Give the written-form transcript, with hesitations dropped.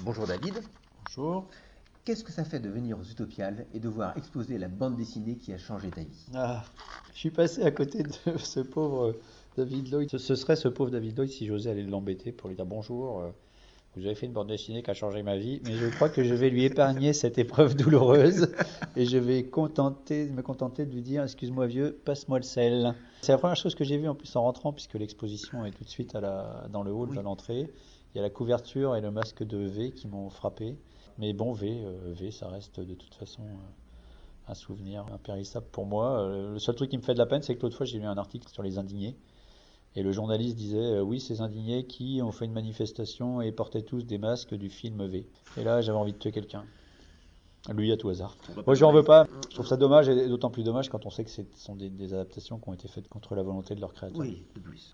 Bonjour David. Bonjour. Qu'est-ce que ça fait de venir aux Utopiales et de voir exposer la bande dessinée qui a changé ta vie? Je suis passé à côté de ce pauvre David Lloyd. Ce serait ce pauvre David Lloyd si j'osais aller l'embêter pour lui dire bonjour. Vous avez fait une bande dessinée qui a changé ma vie, mais je crois que je vais lui épargner cette épreuve douloureuse et je vais me contenter de lui dire excuse-moi vieux, passe-moi le sel. C'est la première chose que j'ai vue en plus en rentrant, puisque l'exposition est tout de suite dans le hall Oui. à l'entrée. Il y a la couverture et le masque de V qui m'ont frappé. Mais bon, V, ça reste de toute façon un souvenir impérissable pour moi. Le seul truc qui me fait de la peine, c'est que l'autre fois j'ai lu un article sur les indignés. Et le journaliste disait oui, ces indignés qui ont fait une manifestation et portaient tous des masques du film V. Et là, j'avais envie de tuer quelqu'un. Lui, à tout hasard. Moi, je n'en veux pas. Je trouve ça dommage, et d'autant plus dommage quand on sait que ce sont des adaptations qui ont été faites contre la volonté de leur créateur. Oui, de plus.